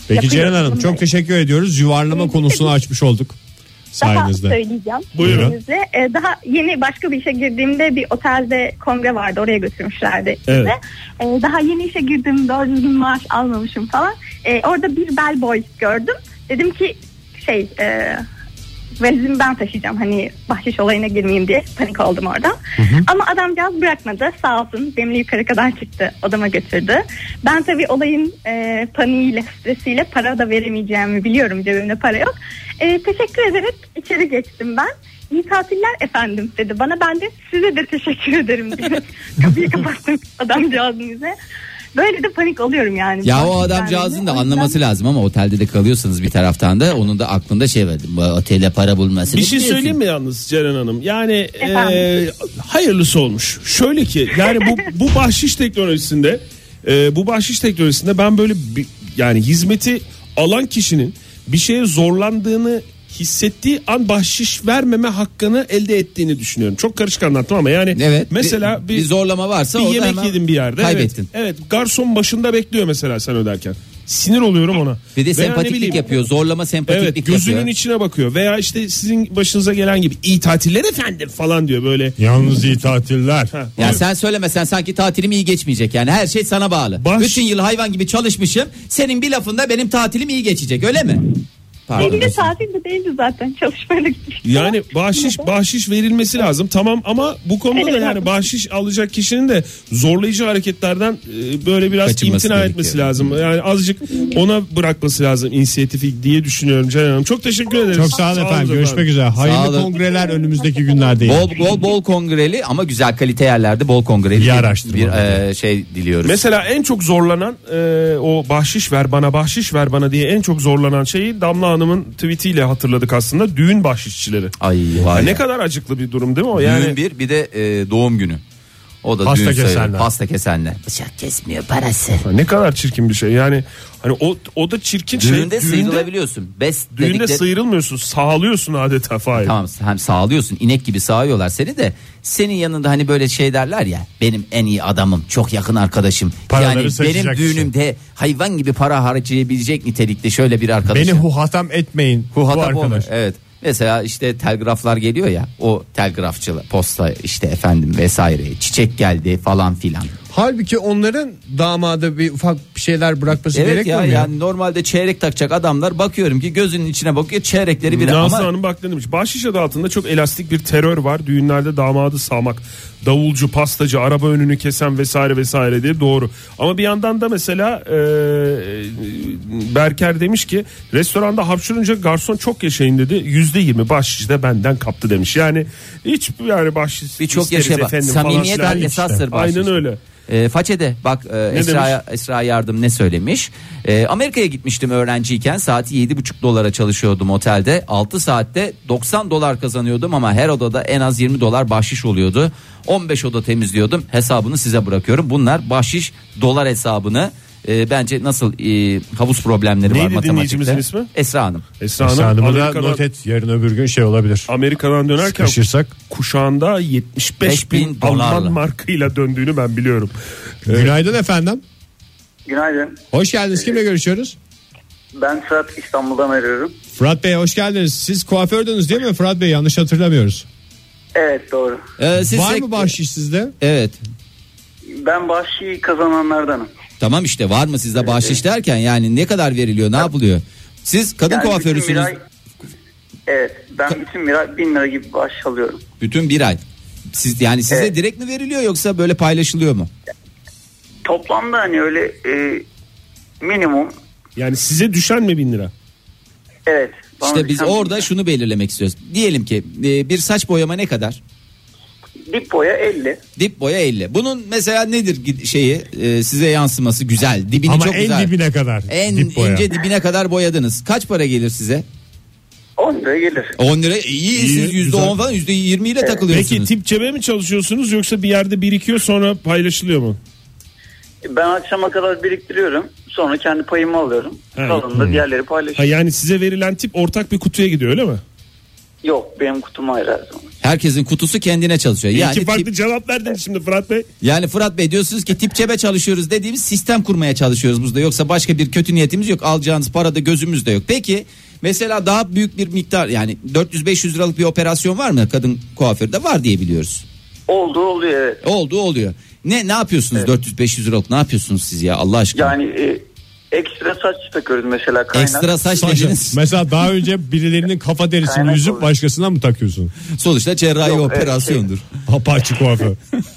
Speaker 4: Peki
Speaker 6: Yapıyoruz
Speaker 4: Ceren Hanım
Speaker 6: bunları.
Speaker 4: çok teşekkür ediyoruz. Yuvarlama
Speaker 6: Evet,
Speaker 4: konusunu
Speaker 6: evet.
Speaker 4: açmış olduk
Speaker 6: Daha
Speaker 4: sayenizde.
Speaker 6: söyleyeceğim.
Speaker 2: Buyurun.
Speaker 6: izninizle. Ee, daha yeni başka bir işe girdiğimde bir otelde kongre vardı. Oraya götürmüşlerdi bizi.
Speaker 2: Evet.
Speaker 6: Ee, daha yeni işe girdim. Doğru düzgün maaş almamışım falan. Ee, orada bir bellboy gördüm. Dedim ki şey e, valizimi ben taşıyacağım. Hani bahşiş olayına girmeyeyim diye panik oldum orada. Hı hı. Ama adamcağız bırakmadı. Sağ olsun benimle yukarı kadar çıktı. Odama götürdü. Ben tabii olayın e, paniğiyle, stresiyle para da veremeyeceğimi biliyorum. Cebimde para yok. E, teşekkür ederek içeri geçtim ben. İyi tatiller efendim dedi bana. Ben de size de teşekkür ederim diye kapıyı kapattım adamcağızın yüzüne. Böyle de panik oluyorum yani.
Speaker 3: Ya o
Speaker 6: Bahşiş
Speaker 3: adamcağızın da
Speaker 6: verdiğinde. O
Speaker 3: anlaması
Speaker 6: yüzden-
Speaker 3: lazım ama otelde de kalıyorsanız bir taraftan da onun da aklında şey var. Bu otele para bulması.
Speaker 2: Bir şey söyleyeyim mi yalnız Ceren Hanım? Yani
Speaker 6: Efendim?
Speaker 2: e, hayırlısı olmuş. Şöyle ki yani bu bu bahşiş teknolojisinde e, bu bahşiş teknolojisinde ben böyle bir, yani hizmeti alan kişinin bir şeye zorlandığını hissettiği an bahşiş vermeme hakkını elde ettiğini düşünüyorum. Çok karışık anlattım ama yani
Speaker 3: Evet.
Speaker 2: mesela
Speaker 3: bir,
Speaker 2: bir,
Speaker 3: bir zorlama varsa
Speaker 2: bir
Speaker 3: orada
Speaker 2: yemek
Speaker 3: hemen
Speaker 2: yedin bir yerde.
Speaker 3: kaybettin.
Speaker 2: Evet, evet garson başında bekliyor mesela sen öderken. Sinir oluyorum ona.
Speaker 3: Bir de
Speaker 2: Veya ne
Speaker 3: sempatiklik
Speaker 2: bileyim,
Speaker 3: yapıyor. Zorlama sempatiklik
Speaker 2: Evet gözünün
Speaker 3: yapıyor.
Speaker 2: içine bakıyor veya işte sizin başınıza gelen gibi iyi tatiller efendim falan diyor böyle.
Speaker 4: Yalnız iyi tatiller.
Speaker 2: Ha,
Speaker 3: Ya sen söylemesen sanki tatilim iyi geçmeyecek yani her şey sana bağlı.
Speaker 2: Baş-
Speaker 3: Bütün yıl hayvan gibi çalışmışım. Senin bir lafında benim tatilim iyi geçecek öyle mi? Pardon.
Speaker 6: Benim de tatil de değildi zaten. Çalışmayla gitmiştim.
Speaker 2: Yani bahşiş bahşiş verilmesi lazım tamam ama bu konuda da
Speaker 6: Evet,
Speaker 2: yani
Speaker 6: evet.
Speaker 2: bahşiş alacak kişinin de zorlayıcı hareketlerden e, böyle biraz
Speaker 3: Kaçınması
Speaker 2: imtina
Speaker 3: gerekiyor.
Speaker 2: etmesi lazım. Yani azıcık ona bırakması lazım inisiyatifi diye düşünüyorum Ceren Hanım. Çok teşekkür ederiz.
Speaker 4: Çok sağ olun efendim. Görüşmek üzere. Hayırlı
Speaker 3: olun.
Speaker 4: kongreler önümüzdeki günlerde.
Speaker 3: Bol bol bol kongreli ama güzel kalite yerlerde bol kongreli
Speaker 4: İyi
Speaker 3: bir,
Speaker 4: araştırma.
Speaker 3: bir e, şey diliyoruz.
Speaker 2: Mesela en çok zorlanan e, o bahşiş ver bana bahşiş ver bana diye en çok zorlanan şeyi Damla Hanım'ın tweetiyle hatırladık aslında düğün bahşişçileri.
Speaker 3: Ay var
Speaker 2: Ya
Speaker 3: ya.
Speaker 2: ne kadar acıklı bir durum değil mi o? Yani
Speaker 3: Düğün bir bir de e, doğum günü. O da
Speaker 4: Pasta
Speaker 3: düğün sayılır.
Speaker 4: kesenler.
Speaker 3: Pasta kesenler. Bıçak kesmiyor parası.
Speaker 2: ne kadar çirkin bir şey. Yani hani o o da çirkin şey.
Speaker 3: Düğünde sıyrılabiliyorsun. Best
Speaker 2: Düğünde
Speaker 3: dedikleri-
Speaker 2: sıyrılmıyorsun, sağlıyorsun adeta Fahir.
Speaker 3: Tamam hem sağlıyorsun inek gibi sağıyorlar seni de senin yanında hani böyle şey derler ya benim en iyi adamım çok yakın arkadaşım
Speaker 4: Paraları
Speaker 3: yani
Speaker 4: saçacak
Speaker 3: benim
Speaker 4: kişi.
Speaker 3: düğünümde hayvan gibi para harcayabilecek nitelikte şöyle bir arkadaşım.
Speaker 4: Beni huhatam etmeyin. Bu
Speaker 3: Huhatap
Speaker 4: arkadaş.
Speaker 3: olmuyor. Evet. Mesela işte telgraflar geliyor ya o telgrafçılar posta işte efendim vesaire çiçek geldi falan filan.
Speaker 4: Halbuki onların damada bir ufak bir şeyler bırakması
Speaker 3: Evet
Speaker 4: gerekmiyor
Speaker 3: ya
Speaker 4: mu?
Speaker 3: yani normalde çeyrek takacak adamlar bakıyorum ki gözünün içine bakıyor çeyrekleri bir
Speaker 2: Nazlı
Speaker 3: ama
Speaker 2: Hanım bak ne demiş. Bahşiş adı altında çok elastik bir terör var. Düğünlerde damadı sağmak. Davulcu, pastacı, araba önünü kesen vesaire vesaire diye doğru. Ama bir yandan da mesela e, Berker demiş ki restoranda hapşırınca garson çok yaşayın dedi. Yüzde yirmi bahşiş de benden kaptı demiş. Yani hiç yani bahşiş
Speaker 3: bir çok
Speaker 2: isteriz
Speaker 3: yaşa bak.
Speaker 2: efendim falan
Speaker 3: Samimiyet
Speaker 2: filan.
Speaker 3: esastır bahşiş.
Speaker 2: Aynen öyle.
Speaker 3: E, Façede bak e, Esra,
Speaker 2: demiş?
Speaker 3: Esra Yardım ne söylemiş? E, Amerika'ya gitmiştim öğrenciyken saati yedi buçuk dolara çalışıyordum otelde. altı saatte doksan dolar kazanıyordum ama her odada en az yirmi dolar bahşiş oluyordu. on beş oda temizliyordum. Hesabını size bırakıyorum. Bunlar bahşiş dolar hesabını e, bence nasıl e, havuz problemleri
Speaker 2: Neydi
Speaker 3: var matematikte.
Speaker 2: dinleyicimizin ismi?
Speaker 3: Esra Hanım.
Speaker 2: Esra
Speaker 4: Esra
Speaker 2: Hanım
Speaker 4: Hanım'ı da
Speaker 2: Amerika'dan,
Speaker 4: not et. Yarın öbür gün şey olabilir.
Speaker 2: Amerika'dan dönerken
Speaker 4: Sıkışırsak.
Speaker 2: kuşağında yetmiş beş bin,
Speaker 3: bin dolarla.
Speaker 2: Alman markıyla döndüğünü ben biliyorum.
Speaker 4: Günaydın efendim.
Speaker 7: Günaydın.
Speaker 4: Hoş geldiniz. Kimle görüşüyoruz?
Speaker 7: Ben Fırat, İstanbul'dan arıyorum.
Speaker 4: Fırat Bey hoş geldiniz. Siz kuafördünüz değil mi Fırat Bey? Yanlış hatırlamıyoruz.
Speaker 7: Evet, doğru.
Speaker 3: E, siz
Speaker 4: Var
Speaker 3: sek-
Speaker 4: mı bahşiş sizde?
Speaker 3: Evet.
Speaker 7: Ben bahşişi kazananlardanım.
Speaker 3: Tamam işte var mı sizde bahşiş derken yani ne kadar veriliyor ne yapılıyor? Siz kadın
Speaker 7: Yani bütün
Speaker 3: kuaförüsünüz.
Speaker 7: bir ay- Evet, ben bütün bir ay bin lira gibi bahşiş alıyorum.
Speaker 3: Bütün bir ay. Siz yani size
Speaker 7: Evet.
Speaker 3: direkt mi veriliyor yoksa böyle paylaşılıyor mu?
Speaker 7: Toplamda hani öyle e, minimum,
Speaker 2: Yani size düşen mi bin lira?
Speaker 7: evet. bana
Speaker 3: İşte biz
Speaker 7: düşen
Speaker 3: orada
Speaker 7: bin lira.
Speaker 3: şunu belirlemek istiyoruz. Diyelim ki e, bir saç boyama ne kadar?
Speaker 7: Dip boya elli.
Speaker 3: Dip boya elli. Bunun mesela nedir gid- şeyi e, size yansıması güzel. Dibini
Speaker 4: Ama
Speaker 3: çok
Speaker 4: en
Speaker 3: güzel.
Speaker 4: dibine kadar.
Speaker 3: En
Speaker 4: dip boya.
Speaker 3: ince dibine kadar boyadınız. Kaç para gelir size?
Speaker 7: on lira gelir.
Speaker 3: on lira. İyi, siz yüzde on falan yüzde yirmi ile takılıyorsunuz.
Speaker 2: Peki tip cebe mi çalışıyorsunuz yoksa bir yerde birikiyor sonra paylaşılıyor mu?
Speaker 7: Ben akşama kadar biriktiriyorum. Sonra kendi payımı alıyorum.
Speaker 2: Evet.
Speaker 7: Kalanını da diğerleri paylaşıyor.
Speaker 2: Ha yani size verilen tip ortak bir kutuya gidiyor öyle mi?
Speaker 7: Yok, benim kutum ayrı her zaman.
Speaker 3: Herkesin kutusu kendine çalışıyor.
Speaker 2: Yani
Speaker 3: Yani
Speaker 2: İki farklı
Speaker 3: tip,
Speaker 2: cevap verdiniz şimdi Fırat Bey.
Speaker 3: yani Fırat Bey diyorsunuz ki tip cebe çalışıyoruz dediğimiz sistem kurmaya çalışıyoruz burada. Yoksa başka bir kötü niyetimiz yok. Alacağınız parada gözümüzde yok. Peki mesela daha büyük bir miktar, yani dört yüz beş yüz liralık bir operasyon var mı? Kadın kuaförde var diye biliyoruz.
Speaker 7: Oldu oluyor evet.
Speaker 3: Oldu oluyor. Ne ne yapıyorsunuz evet. dört yüz beş yüz liralık ne yapıyorsunuz siz ya Allah aşkına?
Speaker 7: Yani e, ekstra saç takıyoruz mesela, kaynak.
Speaker 3: Ekstra saç dediniz.
Speaker 4: Mesela daha önce birilerinin kafa derisini
Speaker 7: Kaynak
Speaker 4: yüzüp
Speaker 7: olur.
Speaker 4: başkasına mı takıyorsun?
Speaker 3: Sonuçta cerrahi
Speaker 7: Yok,
Speaker 3: operasyondur.
Speaker 4: Apaçı kuaför.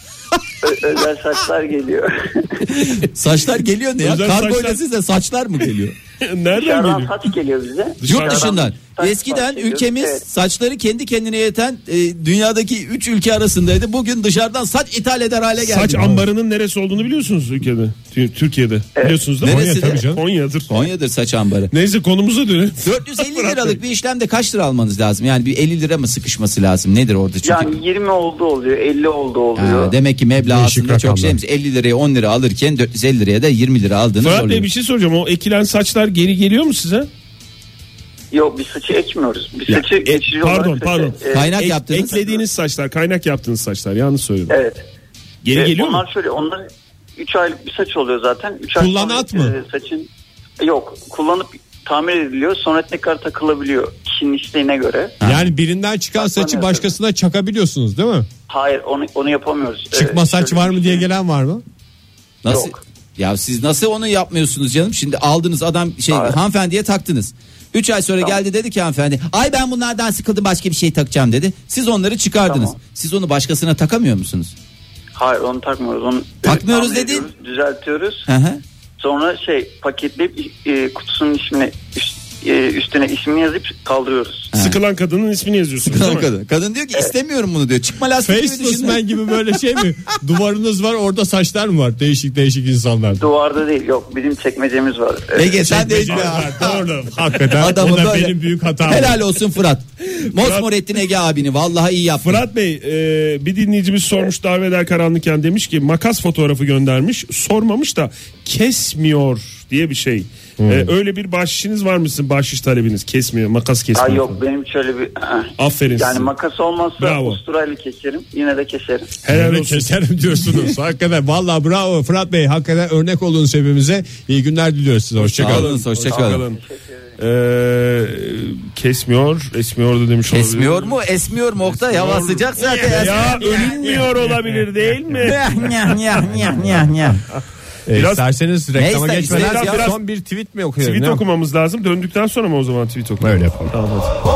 Speaker 7: Ö- özel saçlar geliyor.
Speaker 3: Saçlar geliyor ne ya?
Speaker 2: Özel
Speaker 3: Kargoyla
Speaker 2: saçlar-
Speaker 3: size saçlar mı geliyor?
Speaker 2: Nereden
Speaker 7: Dışarıdan
Speaker 2: geliyor?
Speaker 7: saç geliyor bize.
Speaker 3: Yurt dışından.
Speaker 7: saç
Speaker 3: Eskiden
Speaker 7: geliyor.
Speaker 3: ülkemiz
Speaker 7: Evet.
Speaker 3: saçları kendi kendine yeten e, dünyadaki üç ülke arasındaydı. Bugün dışarıdan saç ithal eder hale geldi.
Speaker 2: Saç ambarının neresi olduğunu biliyorsunuz ülkede. Tü- Türkiye'de. Biliyorsunuz değil mi?
Speaker 3: Neresi
Speaker 2: Konya,
Speaker 3: de?
Speaker 2: tabii canım. Konya'dır.
Speaker 3: Konya'dır saç ambarı.
Speaker 2: Neyse konumuza dönelim.
Speaker 3: dört yüz elli
Speaker 2: Fırat
Speaker 3: liralık
Speaker 2: Bey.
Speaker 3: bir işlemde kaç lira almanız lazım? Yani bir elli lira mı sıkışması lazım? Nedir orada? Çünkü
Speaker 7: Yani yirmi oldu oluyor, elli oldu oluyor.
Speaker 3: Ha, demek ki meblağ
Speaker 4: Değişik
Speaker 3: aslında çok
Speaker 4: rakamlar.
Speaker 3: şeymiş. elli liraya on lira alırken dört yüz elli liraya da yirmi lira aldığınız
Speaker 2: Fırat
Speaker 3: oluyor.
Speaker 2: Bey bir şey soracağım. O ekilen saçlar geri geliyor mu size?
Speaker 7: Yok, biz saçı ekmiyoruz. Biz
Speaker 2: Ya,
Speaker 7: saçı
Speaker 2: e,
Speaker 7: geçici
Speaker 2: pardon,
Speaker 7: olarak saçı-
Speaker 2: pardon.
Speaker 7: e,
Speaker 3: Kaynak
Speaker 2: Ek-
Speaker 3: yaptınız.
Speaker 2: Eklediğiniz saçlar, kaynak yaptığınız saçlar. Yanlış söyledim.
Speaker 7: Evet.
Speaker 2: Geri
Speaker 7: E,
Speaker 2: geliyor mu?
Speaker 7: onlar şöyle, onlar üç aylık bir saç oluyor zaten. üç ay
Speaker 4: Kullanat
Speaker 7: sonra,
Speaker 4: mı?
Speaker 7: e, saçın yok, kullanıp tamir ediliyor, sonra tekrar takılabiliyor kişinin isteğine göre.
Speaker 4: Yani birinden çıkan saçı
Speaker 7: Saklanıyor
Speaker 4: başkasına çakabiliyorsunuz değil mi?
Speaker 7: Hayır, onu onu yapamıyoruz.
Speaker 4: Çıkma
Speaker 7: E,
Speaker 4: saç
Speaker 7: şöyle
Speaker 4: var
Speaker 7: bir
Speaker 4: mı diye
Speaker 7: şey-
Speaker 4: gelen var mı?
Speaker 3: Nasıl?
Speaker 7: Yok.
Speaker 3: Ya siz nasıl onu yapmıyorsunuz canım? Şimdi aldınız adam şey
Speaker 7: Hayır.
Speaker 3: hanımefendiye taktınız. üç ay sonra
Speaker 7: Tamam.
Speaker 3: geldi dedi ki hanımefendi ay ben bunlardan sıkıldım başka bir şey takacağım dedi. Siz onları çıkardınız.
Speaker 7: Tamam.
Speaker 3: Siz onu başkasına takamıyor musunuz?
Speaker 7: Hayır, onu takmıyoruz. Onu
Speaker 3: Takmıyoruz
Speaker 7: tamir
Speaker 3: dedin?
Speaker 7: ediyoruz, düzeltiyoruz.
Speaker 3: Hı hı.
Speaker 7: Sonra şey paketleyip e, kutusunun ismini üst, e, üstüne ismini yazıp kaldırıyoruz.
Speaker 2: Sıkılan kadının ismini yazıyorsunuz değil mi?
Speaker 3: Kadın. Kadın diyor ki istemiyorum bunu diyor. Çıkma lastik gibi
Speaker 4: Faceless
Speaker 3: düşünün.
Speaker 4: Man gibi böyle şey mi? Duvarınız var, orada saçlar mı var? Değişik değişik insanlar.
Speaker 7: Duvarda değil, yok, bizim çekmecemiz var. Evet.
Speaker 3: Ege sen de
Speaker 2: Ha, doğru.
Speaker 4: Hakikaten
Speaker 3: Adamın
Speaker 4: o da
Speaker 3: böyle-
Speaker 4: benim büyük hatam.
Speaker 3: Helal olsun Fırat. Mosmor ettin Ege abini. Vallahi iyi yaptın.
Speaker 2: Fırat Bey e, bir dinleyicimiz sormuş Darbe eder karanlıkken, demiş ki makas fotoğrafı göndermiş, sormamış da kesmiyor diye bir şey. E, öyle bir bahşişiniz var mısın, bahşiş talebiniz? Kesmiyor, makas kesmiyor.
Speaker 7: Aa, yok,
Speaker 2: falan.
Speaker 7: benim şöyle bir
Speaker 2: Aferin
Speaker 7: yani
Speaker 2: size.
Speaker 7: makas olmazsa
Speaker 2: Bravo.
Speaker 7: usturayla keserim, yine de keserim.
Speaker 2: Helal
Speaker 4: Öyle
Speaker 2: olsun.
Speaker 4: keserim diyorsunuz. Hakikaten vallahi bravo Fırat Bey. Hakikaten örnek olunuz hepimize. İyi günler diliyoruz size. Hoşçakalın.
Speaker 3: Hoşçakalın. Hoşçakalın.
Speaker 2: Hoşçakalın. Ee, kesmiyor, esmiyor da demiş olabilir.
Speaker 3: Esmiyor mu? Esmiyor mu Oktay? Hava sıcak zaten.
Speaker 2: Ya ölünmüyor olabilir değil mi?
Speaker 3: Nyah, nyah, nyah, nyah, nyah.
Speaker 4: E,
Speaker 2: Biraz-
Speaker 4: isterseniz reklama
Speaker 3: Ne ister-
Speaker 4: geçmeden
Speaker 3: ister-
Speaker 4: ya,
Speaker 2: biraz-
Speaker 4: son bir tweet mi okuyalım?
Speaker 2: Tweet
Speaker 4: Ne?
Speaker 2: okumamız lazım. Döndükten sonra mı o zaman tweet okuyalım?
Speaker 4: Öyle yapalım.
Speaker 2: Tamam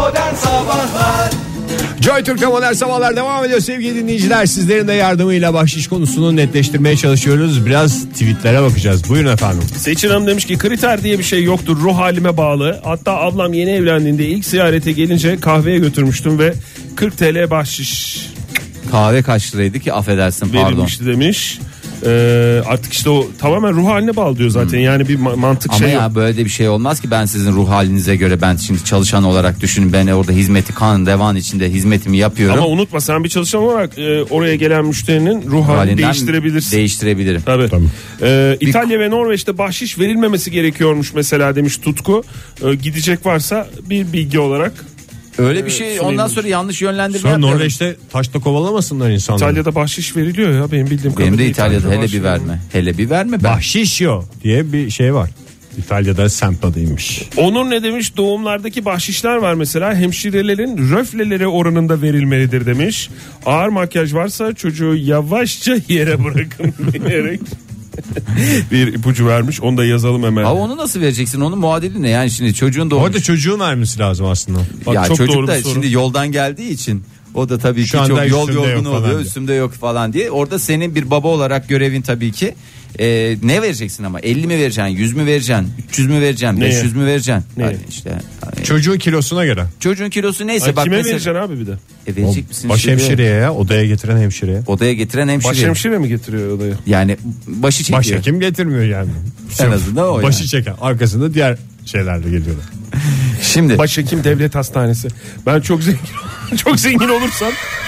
Speaker 2: hadi.
Speaker 4: Joy Türk'te modern sabahlar devam ediyor sevgili dinleyiciler. Sizlerin de yardımıyla bahşiş konusunu netleştirmeye çalışıyoruz. Biraz tweetlere bakacağız. Buyurun efendim.
Speaker 2: Seçin Hanım demiş ki kriter diye bir şey yoktur, ruh halime bağlı. Hatta ablam yeni evlendiğinde ilk ziyarete gelince kahveye götürmüştüm ve kırk TL bahşiş
Speaker 3: Kahve kaç liraydı ki affedersin pardon.
Speaker 2: verilmişti demiş. Ee, artık işte o tamamen ruh haline bağlı diyor zaten. Yani bir ma- mantık
Speaker 3: Ama
Speaker 2: şey
Speaker 3: ya
Speaker 2: yok.
Speaker 3: böyle de bir şey olmaz ki, ben sizin ruh halinize göre, ben şimdi çalışan olarak düşünün, ben orada hizmeti kan devan içinde hizmetimi yapıyorum.
Speaker 2: Ama unutma, sen bir çalışan olarak e, oraya gelen müşterinin ruh halini
Speaker 3: Halinden
Speaker 2: değiştirebilirsin.
Speaker 3: Değiştirebilirim.
Speaker 2: Tabii. Ee, İtalya ve Norveç'te bahşiş verilmemesi gerekiyormuş mesela demiş Tutku. Ee, gidecek varsa bir bilgi olarak.
Speaker 3: Öyle bir şey ondan sonra yanlış yönlendirme
Speaker 4: Sonra
Speaker 3: yapıyorum.
Speaker 4: Norveç'te taşla kovalamasınlar insanları.
Speaker 2: İtalya'da bahşiş veriliyor ya benim bildiğim
Speaker 3: Benim de
Speaker 2: kadarıyla.
Speaker 3: İtalya'da hele
Speaker 2: bahşiş
Speaker 3: bir verme. Hele bir verme ben.
Speaker 4: Bahşişyo diye bir şey var. İtalya'da semt adıymış.
Speaker 2: Onur ne demiş? Doğumlardaki bahşişler var mesela, hemşirelerin röfleleri oranında verilmelidir demiş. Ağır makyaj varsa çocuğu yavaşça yere bırakın diyerek bir ipucu vermiş. Onu da yazalım hemen.
Speaker 3: Ama onu nasıl vereceksin? Onun muadili ne? Yani şimdi çocuğun doğmuş.
Speaker 4: Orada çocuğun vermesi lazım aslında.
Speaker 2: Bak,
Speaker 3: ya
Speaker 2: çok
Speaker 3: çocuk
Speaker 2: doğru
Speaker 3: da
Speaker 2: bir soru.
Speaker 3: şimdi yoldan geldiği için o da tabii
Speaker 4: Şu
Speaker 3: ki
Speaker 4: anda
Speaker 3: çok yol
Speaker 4: üstümde yok
Speaker 3: yorgunu
Speaker 4: falan
Speaker 3: oluyor,
Speaker 4: diye.
Speaker 3: üstümde yok falan diye. Orada senin bir baba olarak görevin tabii ki e, ne vereceksin ama elli mi vereceksin, yüz mü vereceksin, üç yüz mü vereceksin,
Speaker 2: Neye?
Speaker 3: beş yüz mü vereceksin?
Speaker 2: Neye?
Speaker 3: Hani işte hani
Speaker 4: Çocuğun kilosuna göre.
Speaker 3: çocuğun kilosu neyse
Speaker 2: Ay,
Speaker 3: bak
Speaker 2: kime
Speaker 3: mesela,
Speaker 2: vereceksin abi bir de?
Speaker 3: E, verecek misin?
Speaker 4: Baş
Speaker 3: şimdi?
Speaker 4: hemşireye ya, odaya getiren hemşireye.
Speaker 3: Odaya getiren hemşire.
Speaker 2: Başhemşire mi getiriyor odaya?
Speaker 3: Yani başı çekiyor.
Speaker 4: Başhekim getirmiyor yani.
Speaker 3: En azından o
Speaker 4: Başı
Speaker 3: yani.
Speaker 4: çeken. Arkasında diğer şeylerle geliyorlar.
Speaker 3: Şimdi
Speaker 2: Başhekim Devlet Hastanesi. Ben çok zengin çok zengin olursam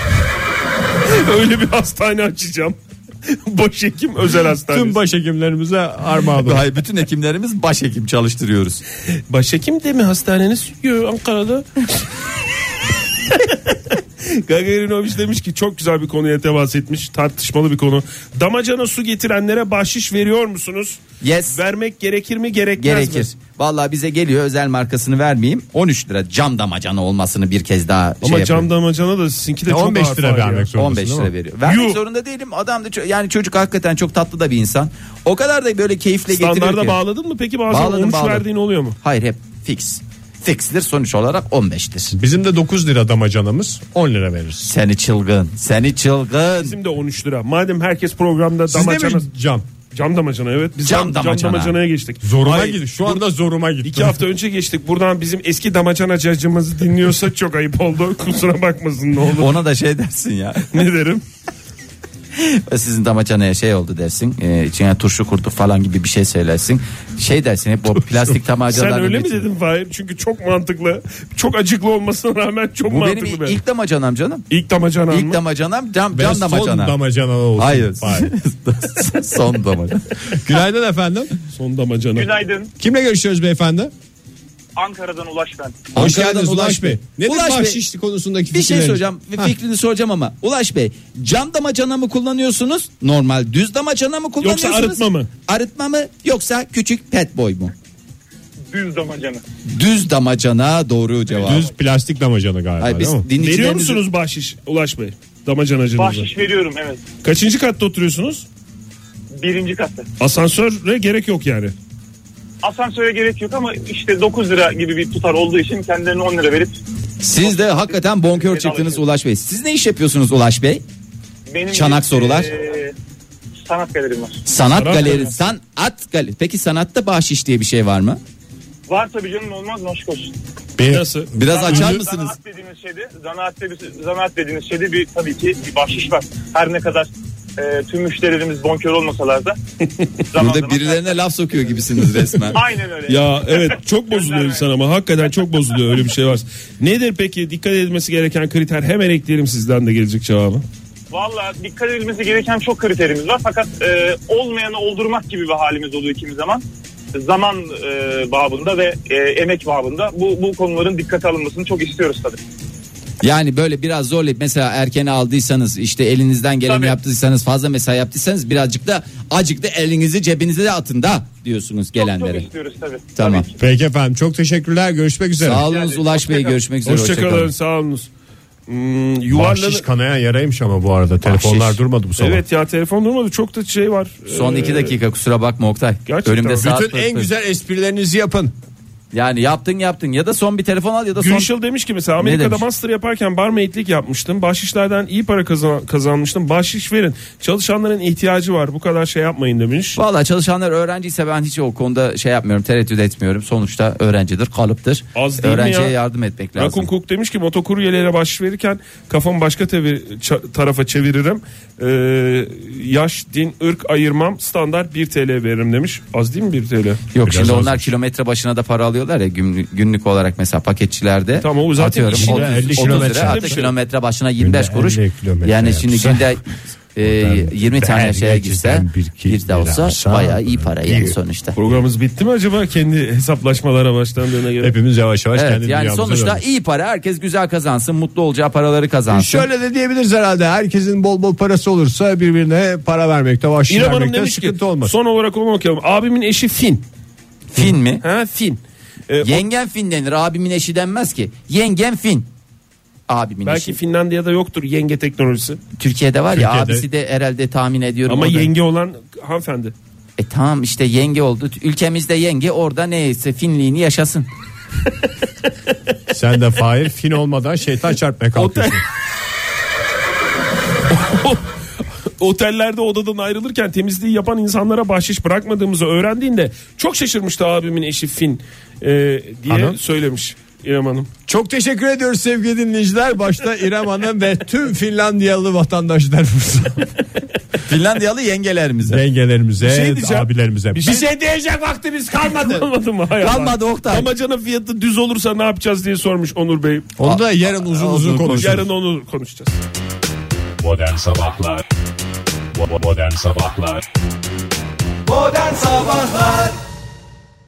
Speaker 2: öyle bir hastane açacağım. Başhekim özel hastanesi.
Speaker 4: Tüm başhekimlerimize armağan olsun.
Speaker 3: hayır, bütün hekimlerimiz başhekim çalıştırıyoruz.
Speaker 2: Başhekim de mi hastaneniz? Yok, Ankara'da. Gagarinovic demiş ki çok güzel bir konuya temas etmiş. Tartışmalı bir konu. Damacana su getirenlere bahşiş veriyor musunuz?
Speaker 3: Yes.
Speaker 2: Vermek gerekir mi gerekmez
Speaker 3: Gerekir.
Speaker 2: mi?
Speaker 3: Vallahi bize geliyor, özel markasını vermeyeyim. on üç lira cam damacana olmasını bir kez daha şey
Speaker 2: Ama
Speaker 3: yapıyorum.
Speaker 2: cam damacana da sizinki de çok
Speaker 4: on beş
Speaker 2: ağır
Speaker 4: lira
Speaker 2: Fahir ya.
Speaker 4: vermek zorundasın.
Speaker 3: on beş
Speaker 4: değil
Speaker 3: lira
Speaker 4: mi?
Speaker 3: veriyor. Vermek
Speaker 2: Yuh.
Speaker 3: zorunda değilim. Adam da ço- yani çocuk hakikaten çok tatlı da bir insan. O kadar da böyle keyifle getiriyor
Speaker 2: Standarda
Speaker 3: ki.
Speaker 2: bağladın mı peki bazen
Speaker 3: Bağladım,
Speaker 2: on üç
Speaker 3: bağladım.
Speaker 2: verdiğin oluyor mu?
Speaker 3: Hayır, hep fix. Fixtir, sonuç olarak on beştir.
Speaker 4: Bizim de dokuz lira damacanamız, on lira veririz.
Speaker 3: Seni çılgın. Seni çılgın.
Speaker 2: Bizim de on üç lira. Madem herkes programda
Speaker 4: Sizde
Speaker 2: damacana...
Speaker 4: mi cam?
Speaker 2: Cam damacana evet. Biz
Speaker 3: Cam
Speaker 2: cam, cam
Speaker 3: damacana.
Speaker 2: damacanaya geçtik.
Speaker 4: Zoruma
Speaker 2: Hayır,
Speaker 4: gidiyor. Şu anda zoruma gitti.
Speaker 2: İki hafta önce geçtik. Buradan bizim eski damacanacacımızı dinliyorsa çok ayıp oldu. Kusura bakmasın ne olur.
Speaker 3: Ona da şey dersin ya.
Speaker 2: Ne derim?
Speaker 3: Sizin damacanaya şey oldu dersin. E, içine turşu kurdu falan gibi bir şey söylersin. Şey dersin, hep o plastik damacanalar.
Speaker 2: Sen öyle mi dedin Fahir? Çünkü çok mantıklı. Çok acıklı olmasına rağmen çok
Speaker 3: Bu
Speaker 2: mantıklı.
Speaker 3: benim
Speaker 2: be.
Speaker 3: ilk damacanam canım.
Speaker 2: İlk damacanan
Speaker 3: İlk
Speaker 2: mı?
Speaker 3: damacanam cam,
Speaker 4: Ve
Speaker 3: cam
Speaker 4: son
Speaker 3: damacana.
Speaker 4: damacana olsun.
Speaker 3: Hayır.
Speaker 4: Hayır.
Speaker 3: Son damacana.
Speaker 4: Günaydın efendim.
Speaker 2: Son damacana.
Speaker 8: Günaydın.
Speaker 4: Kimle görüşüyoruz beyefendi?
Speaker 8: Ankara'dan Ulaş ben.
Speaker 4: Hoş
Speaker 3: Ankara'dan
Speaker 4: geldiniz Ulaş Bey. Nedir
Speaker 3: Ulaş Bey,
Speaker 4: bahşiş konusundaki
Speaker 3: bir şey
Speaker 4: fikirleriniz?
Speaker 3: soracağım. Fikrini soracağım ama. Ulaş Bey, cam damacana mı kullanıyorsunuz? Normal düz damacana mı kullanıyorsunuz?
Speaker 2: Yoksa arıtma mı?
Speaker 3: Arıtma mı yoksa küçük pet boy mu?
Speaker 8: Düz damacana.
Speaker 3: Düz damacana doğru cevap.
Speaker 4: Düz plastik damacana galiba
Speaker 3: Ay, biz
Speaker 4: değil mi?
Speaker 3: dinleyicilerimizi-
Speaker 2: Veriyor musunuz bahşiş Ulaş Bey? Damacanacınıza.
Speaker 8: Bahşiş veriyorum evet.
Speaker 2: Kaçıncı katta oturuyorsunuz?
Speaker 8: Birinci katta.
Speaker 2: Asansöre gerek yok yani.
Speaker 8: Asansöre gerek yok ama işte dokuz lira gibi bir tutar olduğu için kendilerine on lira verip.
Speaker 3: Siz de hakikaten bonkör çıktınız Ulaş Bey. Siz ne iş yapıyorsunuz Ulaş Bey?
Speaker 8: Benim
Speaker 3: Çanak
Speaker 8: bir,
Speaker 3: sorular.
Speaker 8: e, sanat galerim var.
Speaker 3: Sanat,
Speaker 2: Sanat
Speaker 3: galeri,
Speaker 2: galerisi.
Speaker 3: sanat galeri. Peki sanatta bahşiş diye bir şey var mı?
Speaker 8: Var tabii canım, olmaz mı, aşk olsun.
Speaker 2: Nasıl?
Speaker 3: Biraz açar
Speaker 8: Zanaat
Speaker 3: mısınız?
Speaker 8: dediğiniz şeyde, zanaat, dediğiniz, zanaat dediğiniz şeyde bir tabii ki bir bahşiş var. Her ne kadar e, tüm müşterilerimiz bonkör olmasalar da. zaman
Speaker 3: Burada
Speaker 8: zaman-
Speaker 3: birilerine laf sokuyor gibisiniz resmen.
Speaker 8: Aynen öyle.
Speaker 2: Ya evet çok bozuluyor insan ama hakikaten çok bozuluyor öyle bir şey var. Nedir peki dikkat edilmesi gereken kriter? Hemen ekleyelim sizden de gelecek cevabı.
Speaker 8: Valla dikkat edilmesi gereken çok kriterimiz var. Fakat e, olmayanı oldurmak gibi bir halimiz oluyor kimi zaman. Zaman e, babında ve e, emek babında bu, bu konuların dikkate alınmasını çok istiyoruz tabii.
Speaker 3: Yani böyle biraz zorlayıp mesela erken aldıysanız, işte elinizden geleni
Speaker 8: Tabii.
Speaker 3: yaptıysanız, fazla mesai yaptıysanız birazcık da acık da elinizi cebinize de atın da diyorsunuz
Speaker 8: Çok,
Speaker 3: gelenlere.
Speaker 8: çok istiyoruz tabii.
Speaker 3: Tamam.
Speaker 8: Tabii ki.
Speaker 4: Peki efendim, çok teşekkürler. Görüşmek üzere.
Speaker 3: Sağ olunuz Ulaş Bey, görüşmek üzere.
Speaker 2: Hoşçakalın
Speaker 3: Hoşçakalın.
Speaker 2: sağ olunuz. Hmm,
Speaker 4: Bahşiş
Speaker 2: yuvarlanı...
Speaker 4: kanayan yaraymış ama bu arada. Telefonlar
Speaker 2: Bahşiş.
Speaker 4: durmadı bu sabah.
Speaker 2: Evet ya telefon durmadı çok da şey var.
Speaker 3: Son
Speaker 2: Ee,
Speaker 3: iki dakika, kusura bakma Oktay.
Speaker 2: Gerçekten.
Speaker 3: Önümde saat
Speaker 4: Bütün en
Speaker 3: pırpır.
Speaker 4: güzel esprilerinizi yapın.
Speaker 3: Yani yaptın yaptın ya da son bir telefon al ya da son.
Speaker 2: Günşil demiş ki mesela
Speaker 3: Ne
Speaker 2: Amerika'da
Speaker 3: demiş?
Speaker 2: master yaparken barmaidlik yapmıştım. Bahşişlerden iyi para kazan- kazanmıştım. Bahşiş verin. Çalışanların ihtiyacı var. Bu kadar şey yapmayın demiş.
Speaker 3: Valla çalışanlar öğrenciyse ben hiç o konuda şey yapmıyorum, tereddüt etmiyorum. Sonuçta öğrencidir, kalıptır.
Speaker 2: Az değil mi
Speaker 3: Öğrenciye
Speaker 2: ya?
Speaker 3: yardım etmek lazım.
Speaker 2: Rakun Cook demiş ki motokuryelere bahşiş verirken kafamı başka tevi- ça- tarafa çeviririm. Ee, yaş, din, ırk ayırmam. Standart bir T L veririm demiş. Az değil mi bir T L?
Speaker 3: Yok
Speaker 4: Biraz
Speaker 3: şimdi onlar
Speaker 4: azmış.
Speaker 3: kilometre başına da para alıyorlar ya günlük, günlük olarak mesela paketçilerde.
Speaker 2: Tamam, o zaten
Speaker 3: atıyorum
Speaker 2: işine
Speaker 3: otuz,
Speaker 4: elli
Speaker 3: otuz
Speaker 4: kilometre.
Speaker 3: lira, hatta
Speaker 2: Bir şey.
Speaker 3: kilometre başına yirmi beş
Speaker 4: Günde
Speaker 3: kuruş.
Speaker 4: elli kilometre
Speaker 3: Yani şimdi
Speaker 4: yapsa,
Speaker 3: günde e, yirmi tane
Speaker 4: ben
Speaker 3: şeye girse
Speaker 4: gerçekten bir iki
Speaker 3: bir de olsa
Speaker 4: lira alsam,
Speaker 3: bayağı iyi para yani
Speaker 4: bir-
Speaker 3: sonuçta.
Speaker 2: Programımız bitti mi acaba? Kendi hesaplaşmalara başlandığına göre.
Speaker 4: Hepimiz yavaş yavaş
Speaker 3: Evet
Speaker 4: kendi
Speaker 3: yani
Speaker 4: dünyamıza
Speaker 3: sonuçta
Speaker 4: döndük.
Speaker 3: iyi para, herkes güzel kazansın, mutlu olacağı paraları kazansın.
Speaker 4: Şöyle de diyebiliriz herhalde. Herkesin bol bol parası olursa birbirine para vermekte, bahşiş
Speaker 2: İrem Hanım
Speaker 4: vermekte
Speaker 2: demiş ki
Speaker 4: sıkıntı olmaz.
Speaker 2: son olarak onu okuyalım. Abimin eşi Fin.
Speaker 3: Fin mi?
Speaker 2: Ha Fin. Ee, o-
Speaker 3: Yengen Fin denir, abimin eşi denmez ki. Yengen Fin. Abimin
Speaker 2: belki
Speaker 3: eşi.
Speaker 2: Finlandiya'da yoktur yenge teknolojisi.
Speaker 3: Türkiye'de var ya,
Speaker 4: Türkiye'de-
Speaker 3: abisi de herhalde tahmin ediyorum.
Speaker 2: Ama
Speaker 3: o da.
Speaker 2: yenge olan hanımefendi.
Speaker 3: E tamam işte yenge oldu. Ülkemizde yenge, orada neyse Finliğini yaşasın.
Speaker 4: Sen de Fahir Fin olmadan şeytan çarpmaya kalkıyorsun.
Speaker 2: Otellerde odadan ayrılırken temizliği yapan insanlara bahşiş bırakmadığımızı öğrendiğinde çok şaşırmıştı abimin eşi Fin e, diye
Speaker 4: Hanım?
Speaker 2: söylemiş İrem Hanım.
Speaker 4: Çok teşekkür ediyoruz sevgili dinleyiciler. Başta İrem Hanım ve tüm Finlandiyalı vatandaşlar
Speaker 3: Finlandiyalı yengelerimize.
Speaker 4: yengelerimize,
Speaker 2: şey diyeceğim.
Speaker 4: abilerimize.
Speaker 2: Bir şey diyecek vaktimiz kalmadı. Kalmadı mı? Hay Allah.
Speaker 3: Kalmadı Oktay.
Speaker 2: Damacana fiyatı düz olursa ne yapacağız diye sormuş Onur Bey.
Speaker 4: Onu da yarın uzun uzun
Speaker 3: uzun
Speaker 4: konuşuruz.
Speaker 2: Yarın onu konuşacağız.
Speaker 9: Modern Sabahlar Bo- Modern Sabahlar
Speaker 1: Modern Sabahlar